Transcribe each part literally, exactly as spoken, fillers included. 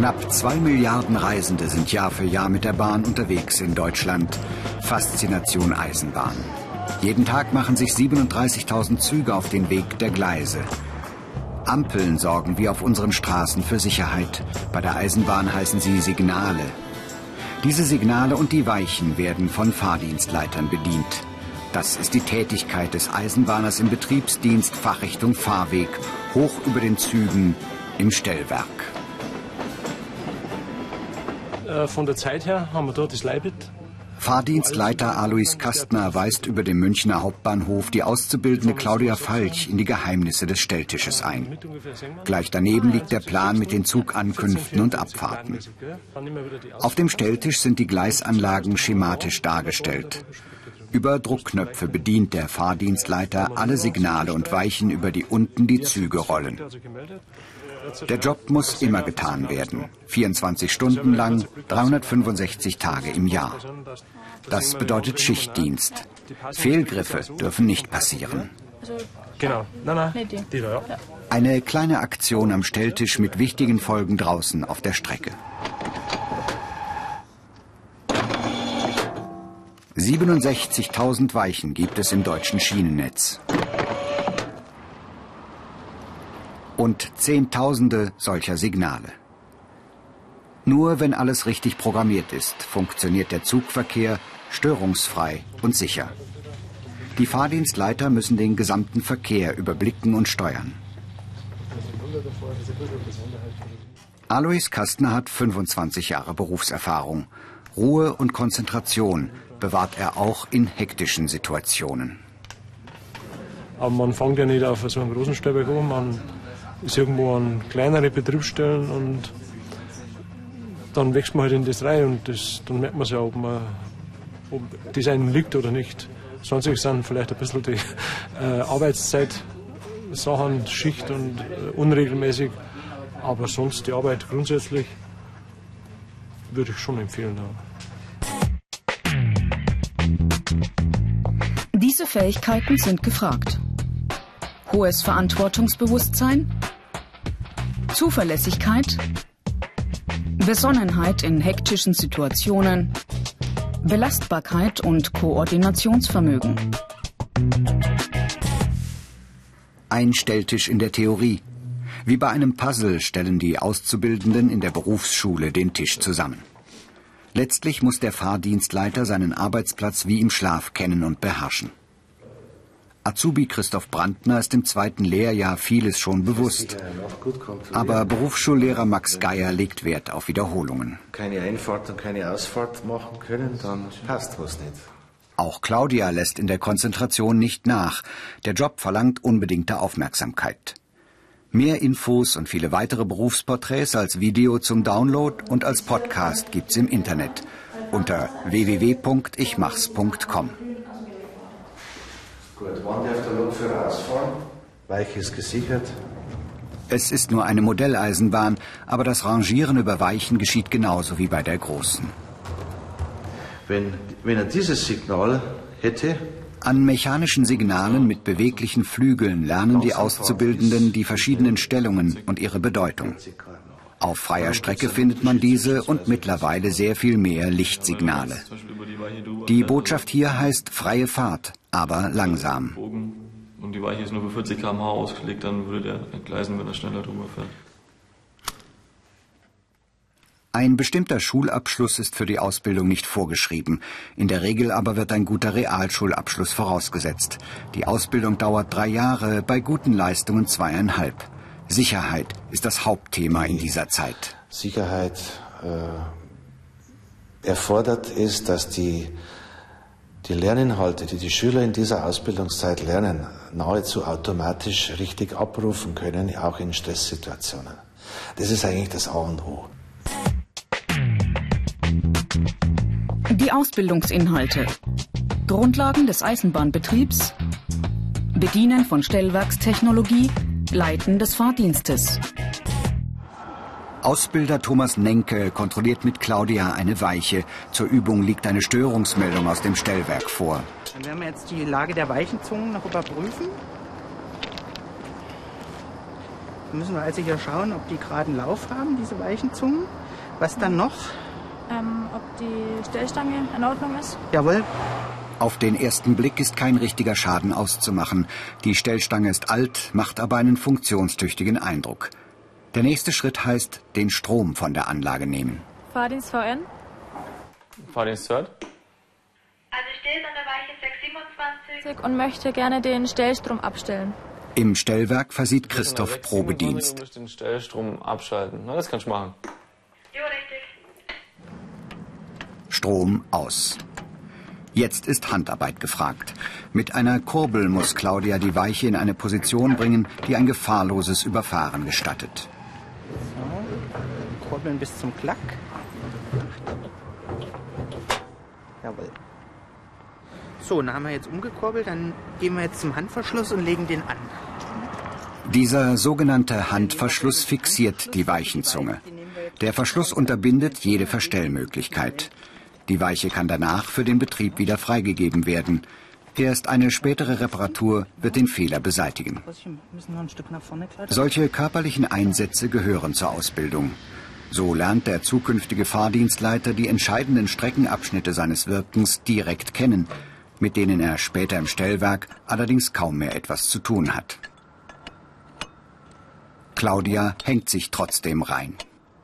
Knapp zwei Milliarden Reisende sind Jahr für Jahr mit der Bahn unterwegs in Deutschland. Faszination Eisenbahn. Jeden Tag machen sich siebenunddreißigtausend Züge auf den Weg der Gleise. Ampeln sorgen wie auf unseren Straßen für Sicherheit. Bei der Eisenbahn heißen sie Signale. Diese Signale und die Weichen werden von Fahrdienstleitern bedient. Das ist die Tätigkeit des Eisenbahners im Betriebsdienst Fachrichtung Fahrweg, hoch über den Zügen im Stellwerk. Von der Zeit her haben wir dort das Leibit. Fahrdienstleiter Alois Kastner weist über dem Münchner Hauptbahnhof die auszubildende Claudia Falch in die Geheimnisse des Stelltisches ein. Gleich daneben liegt der Plan mit den Zugankünften und Abfahrten. Auf dem Stelltisch sind die Gleisanlagen schematisch dargestellt. Über Druckknöpfe bedient der Fahrdienstleiter alle Signale und Weichen, über die unten die Züge rollen. Der Job muss immer getan werden, vierundzwanzig Stunden lang, dreihundertfünfundsechzig Tage im Jahr. Das bedeutet Schichtdienst. Fehlgriffe dürfen nicht passieren. Genau, nein, nein, die da, ja. Eine kleine Aktion am Stelltisch mit wichtigen Folgen draußen auf der Strecke. siebenundsechzigtausend Weichen gibt es im deutschen Schienennetz. Und Zehntausende solcher Signale. Nur wenn alles richtig programmiert ist, funktioniert der Zugverkehr störungsfrei und sicher. Die Fahrdienstleiter müssen den gesamten Verkehr überblicken und steuern. Alois Kastner hat fünfundzwanzig Jahre Berufserfahrung. Ruhe und Konzentration bewahrt er auch in hektischen Situationen. Aber man fängt ja nicht auf so einem großen Stellwerk an, man ist irgendwo an kleinere Betriebsstellen und dann wächst man halt in das rein und das, dann merkt man ja, ob, man, ob das einem liegt oder nicht. Sonst sind vielleicht ein bisschen die äh, Arbeitszeitsachen, Schicht und äh, unregelmäßig, aber sonst die Arbeit grundsätzlich würde ich schon empfehlen. Ja. Diese Fähigkeiten sind gefragt. Hohes Verantwortungsbewusstsein, Zuverlässigkeit, Besonnenheit in hektischen Situationen, Belastbarkeit und Koordinationsvermögen. Ein Stelltisch in der Theorie. Wie bei einem Puzzle stellen die Auszubildenden in der Berufsschule den Tisch zusammen. Letztlich muss der Fahrdienstleiter seinen Arbeitsplatz wie im Schlaf kennen und beherrschen. Azubi Christoph Brandner ist im zweiten Lehrjahr vieles schon bewusst. Aber Berufsschullehrer Max Geier legt Wert auf Wiederholungen. Keine Einfahrt und keine Ausfahrt machen können, dann passt was nicht. Auch Claudia lässt in der Konzentration nicht nach. Der Job verlangt unbedingte Aufmerksamkeit. Mehr Infos und viele weitere Berufsporträts als Video zum Download und als Podcast gibt's im Internet unter w w w punkt ich machs punkt com. Gut, wann darf der Lokführer ausfahren? Weiche ist gesichert. Es ist nur eine Modelleisenbahn, aber das Rangieren über Weichen geschieht genauso wie bei der großen. Wenn, wenn er dieses Signal hätte... An mechanischen Signalen mit beweglichen Flügeln lernen die Auszubildenden die verschiedenen Stellungen und ihre Bedeutung. Auf freier Strecke findet man diese und mittlerweile sehr viel mehr Lichtsignale. Die Botschaft hier heißt freie Fahrt, aber langsam. Und die Weiche ist nur für vierzig Kilometer pro Stunde ausgelegt, dann würde der entgleisen, wenn er schneller drüber fährt. Ein bestimmter Schulabschluss ist für die Ausbildung nicht vorgeschrieben. In der Regel aber wird ein guter Realschulabschluss vorausgesetzt. Die Ausbildung dauert drei Jahre, bei guten Leistungen zweieinhalb. Sicherheit ist das Hauptthema in dieser Zeit. Sicherheit äh, erfordert ist, dass die, die Lerninhalte, die die Schüler in dieser Ausbildungszeit lernen, nahezu automatisch richtig abrufen können, auch in Stresssituationen. Das ist eigentlich das A und O. Die Ausbildungsinhalte: Grundlagen des Eisenbahnbetriebs, Bedienen von Stellwerkstechnologie, Leiten des Fahrdienstes. Ausbilder Thomas Nenke kontrolliert mit Claudia eine Weiche. Zur Übung liegt eine Störungsmeldung aus dem Stellwerk vor. Dann werden wir jetzt die Lage der Weichenzungen noch überprüfen. müssen wir also hier schauen, ob die geraden Lauf haben, diese weichen Zungen. Was dann noch? Ähm, ob die Stellstange in Ordnung ist. Jawohl. Auf den ersten Blick ist kein richtiger Schaden auszumachen. Die Stellstange ist alt, macht aber einen funktionstüchtigen Eindruck. Der nächste Schritt heißt, den Strom von der Anlage nehmen. Fahrdienst V N. Fahrdienst Third. Also ich stehe an der Weiche sechs siebenundzwanzig und möchte gerne den Stellstrom abstellen. Im Stellwerk versieht Christoph Probedienst. Du musst den Stellstrom abschalten. Na, das kannst du machen. Jo, richtig. Strom aus. Jetzt ist Handarbeit gefragt. Mit einer Kurbel muss Claudia die Weiche in eine Position bringen, die ein gefahrloses Überfahren gestattet. So, kurbeln bis zum Klack. Jawohl. So, dann haben wir jetzt umgekurbelt, dann gehen wir jetzt zum Handverschluss und legen den an. Dieser sogenannte Handverschluss fixiert die Weichenzunge. Der Verschluss unterbindet jede Verstellmöglichkeit. Die Weiche kann danach für den Betrieb wieder freigegeben werden. Erst eine spätere Reparatur wird den Fehler beseitigen. Solche körperlichen Einsätze gehören zur Ausbildung. So lernt der zukünftige Fahrdienstleiter die entscheidenden Streckenabschnitte seines Wirkens direkt kennen, mit denen er später im Stellwerk allerdings kaum mehr etwas zu tun hat. Claudia hängt sich trotzdem rein.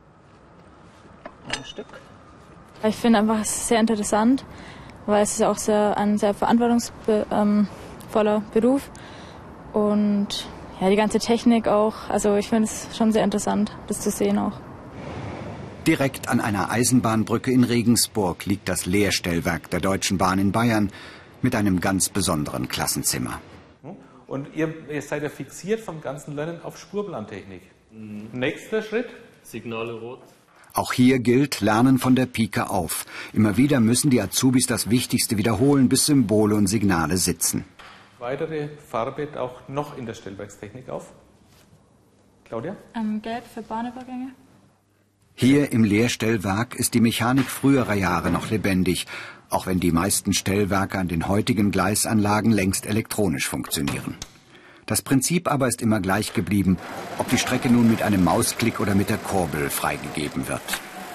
Ein Stück. Ich finde einfach es ist sehr interessant, weil es ist auch sehr, ein sehr verantwortungsvoller ähm, Beruf und ja, die ganze Technik auch. Also ich finde es schon sehr interessant, das zu sehen auch. Direkt an einer Eisenbahnbrücke in Regensburg liegt das Lehrstellwerk der Deutschen Bahn in Bayern mit einem ganz besonderen Klassenzimmer. Und ihr, ihr seid ja fixiert vom ganzen Lernen auf Spurplantechnik. Mhm. Nächster Schritt. Signale rot. Auch hier gilt Lernen von der Pike auf. Immer wieder müssen die Azubis das Wichtigste wiederholen, bis Symbole und Signale sitzen. Weitere Farbe auch noch in der Stellwerkstechnik auf. Claudia? Ähm, gelb für Bahnübergänge. Hier im Lehrstellwerk ist die Mechanik früherer Jahre noch lebendig, auch wenn die meisten Stellwerke an den heutigen Gleisanlagen längst elektronisch funktionieren. Das Prinzip aber ist immer gleich geblieben, ob die Strecke nun mit einem Mausklick oder mit der Kurbel freigegeben wird.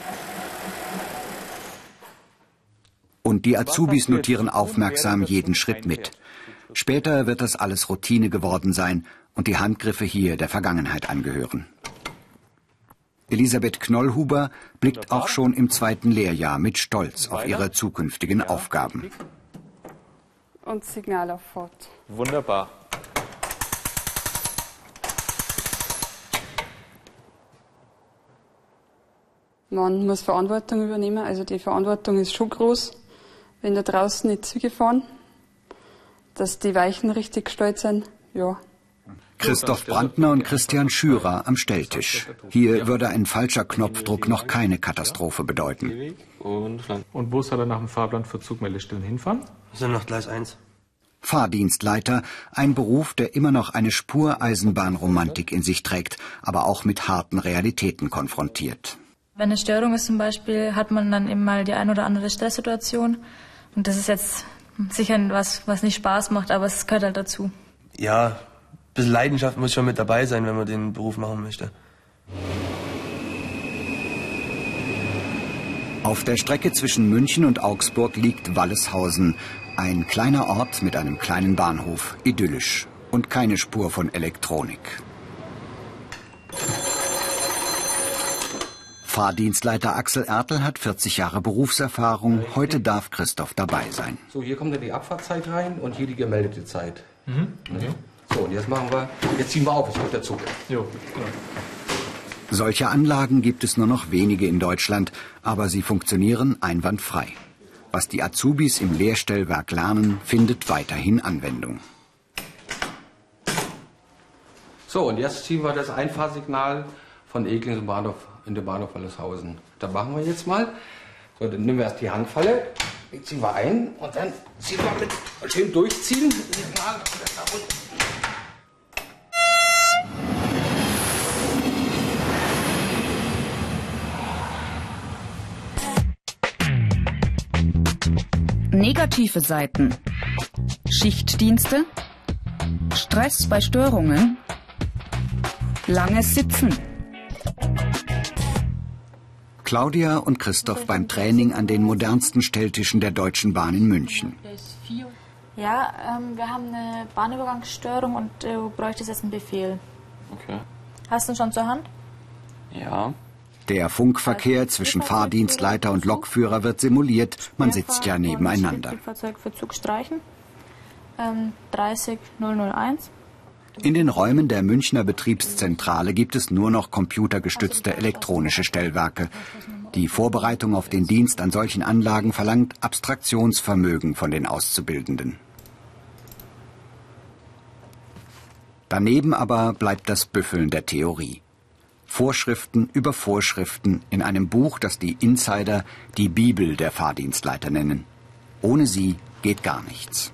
Und die Azubis notieren aufmerksam jeden Schritt mit. Später wird das alles Routine geworden sein und die Handgriffe hier der Vergangenheit angehören. Elisabeth Knollhuber blickt auch schon im zweiten Lehrjahr mit Stolz auf ihre zukünftigen Aufgaben. Und Signal auf Fort. Wunderbar. Man muss Verantwortung übernehmen, also die Verantwortung ist schon groß, wenn da draußen die Züge fahren, dass die Weichen richtig gestellt sind, ja. Christoph Brandner und Christian Schürer am Stelltisch. Hier würde ein falscher Knopfdruck noch keine Katastrophe bedeuten. Und wo soll er nach dem Fahrplan für Zugmeldestellen hinfahren? Wir sind nach Gleis eins. Fahrdienstleiter, ein Beruf, der immer noch eine Spur Eisenbahnromantik in sich trägt, aber auch mit harten Realitäten konfrontiert. Wenn eine Störung ist zum Beispiel, hat man dann eben mal die ein oder andere Stresssituation. Und das ist jetzt sicher was, was nicht Spaß macht, aber es gehört halt dazu. Ja, ein bisschen Leidenschaft muss schon mit dabei sein, wenn man den Beruf machen möchte. Auf der Strecke zwischen München und Augsburg liegt Walleshausen, ein kleiner Ort mit einem kleinen Bahnhof, idyllisch und keine Spur von Elektronik. Fahrdienstleiter Axel Ertel hat vierzig Jahre Berufserfahrung. Heute darf Christoph dabei sein. So, hier kommt dann die Abfahrtzeit rein und hier die gemeldete Zeit. Mhm. Okay. So, und jetzt machen wir, jetzt ziehen wir auf, jetzt kommt der Zug. Jo, klar. Solche Anlagen gibt es nur noch wenige in Deutschland, aber sie funktionieren einwandfrei. Was die Azubis im Lehrstellwerk lernen, findet weiterhin Anwendung. So, und jetzt ziehen wir das Einfahrsignal von Egling zum Bahnhof, in den Bahnhof Walleshausen. Da machen wir jetzt mal. So, dann nehmen wir erst die Handfalle, die ziehen wir ein und dann ziehen wir mit schön durchziehen. Signal nach unten. Negative Seiten: Schichtdienste, Stress bei Störungen, Langes Sitzen. Claudia und Christoph beim Training an den modernsten Stelltischen der Deutschen Bahn in München. Ja, ähm, wir haben eine Bahnübergangsstörung und äh, du bräuchtest jetzt einen Befehl. Okay. Hast du ihn schon zur Hand? Ja. Der Funkverkehr zwischen Fahrdienstleiter und Lokführer wird simuliert. Man sitzt ja nebeneinander. Triebfahrzeug für Zug streichen. Ähm, dreißig null null eins. In den Räumen der Münchner Betriebszentrale gibt es nur noch computergestützte elektronische Stellwerke. Die Vorbereitung auf den Dienst an solchen Anlagen verlangt Abstraktionsvermögen von den Auszubildenden. Daneben aber bleibt das Büffeln der Theorie. Vorschriften über Vorschriften in einem Buch, das die Insider die Bibel der Fahrdienstleiter nennen. Ohne sie geht gar nichts.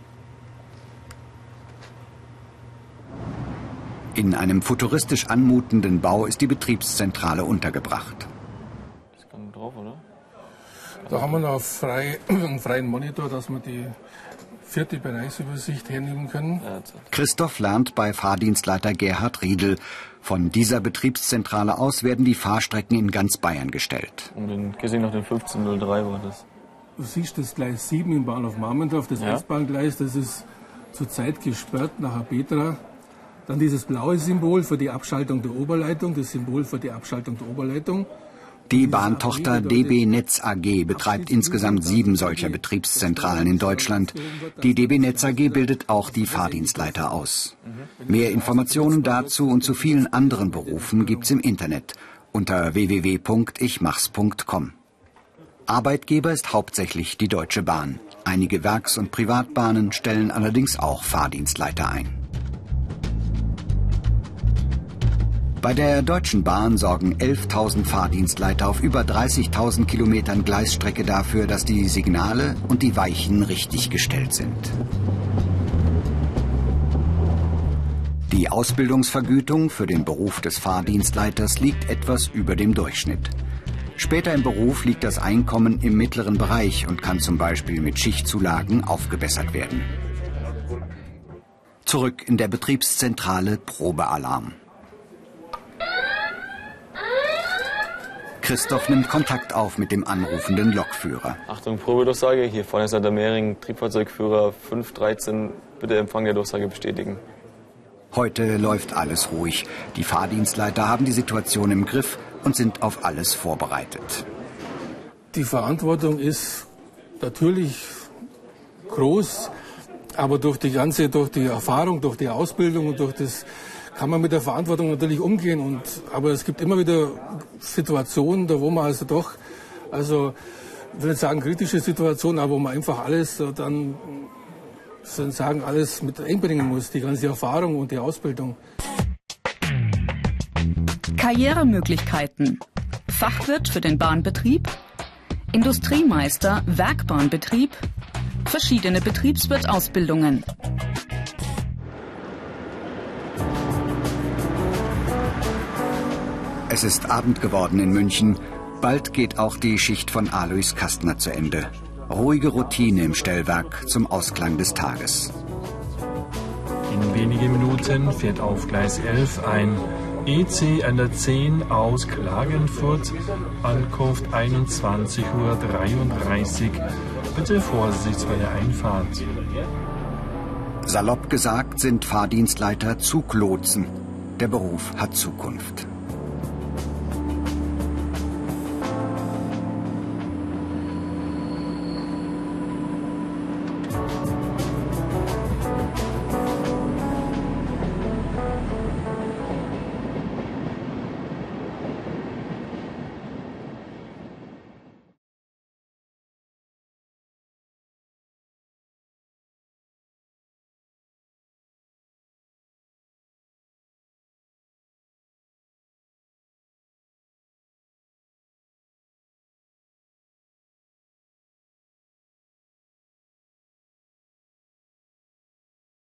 In einem futuristisch anmutenden Bau ist die Betriebszentrale untergebracht. Das kann drauf, oder? Da haben wir noch frei, einen freien Monitor, dass wir die vierte Bereichsübersicht hernehmen können. Christoph lernt bei Fahrdienstleiter Gerhard Riedel. Von dieser Betriebszentrale aus werden die Fahrstrecken in ganz Bayern gestellt. Um den gesehen nach den fünfzehn null drei war das. Du siehst das Gleis sieben im Bahnhof Marmendorf, das ja. S-Bahn-Gleis, das ist zurzeit gesperrt nach Petra. Dann dieses blaue Symbol für die Abschaltung der Oberleitung, das Symbol für die Abschaltung der Oberleitung. Die Bahntochter D B Netz A G betreibt insgesamt sieben solcher Betriebszentralen in Deutschland. Die D B Netz A G bildet auch die Fahrdienstleiter aus. Mehr Informationen dazu und zu vielen anderen Berufen gibt's im Internet unter w w w punkt ich machs punkt com. Arbeitgeber ist hauptsächlich die Deutsche Bahn. Einige Werks- und Privatbahnen stellen allerdings auch Fahrdienstleiter ein. Bei der Deutschen Bahn sorgen elftausend Fahrdienstleiter auf über dreißigtausend Kilometern Gleisstrecke dafür, dass die Signale und die Weichen richtig gestellt sind. Die Ausbildungsvergütung für den Beruf des Fahrdienstleiters liegt etwas über dem Durchschnitt. Später im Beruf liegt das Einkommen im mittleren Bereich und kann zum Beispiel mit Schichtzulagen aufgebessert werden. Zurück in der Betriebszentrale Probealarm. Christoph nimmt Kontakt auf mit dem anrufenden Lokführer. Achtung, Probedurchsage. Hier vorne ist der Mehring, Triebfahrzeugführer fünf dreizehn. Bitte Empfang der Durchsage bestätigen. Heute läuft alles ruhig. Die Fahrdienstleiter haben die Situation im Griff und sind auf alles vorbereitet. Die Verantwortung ist natürlich groß, aber durch die ganze, durch die Erfahrung, durch die Ausbildung und durch das kann man mit der Verantwortung natürlich umgehen. Und, aber es gibt immer wieder Situationen, da wo man also doch, also ich will nicht sagen kritische Situationen, aber wo man einfach alles dann sozusagen alles mit einbringen muss, die ganze Erfahrung und die Ausbildung. Karrieremöglichkeiten. Fachwirt für den Bahnbetrieb, Industriemeister, Werkbahnbetrieb, verschiedene Betriebswirtausbildungen. Es ist Abend geworden in München. Bald geht auch die Schicht von Alois Kastner zu Ende. Ruhige Routine im Stellwerk zum Ausklang des Tages. In wenigen Minuten fährt auf Gleis elf ein E C N der zehn aus Klagenfurt. Ankunft einundzwanzig Uhr dreiunddreißig. Bitte Vorsicht bei der Einfahrt. Salopp gesagt sind Fahrdienstleiter Zuglotsen. Der Beruf hat Zukunft.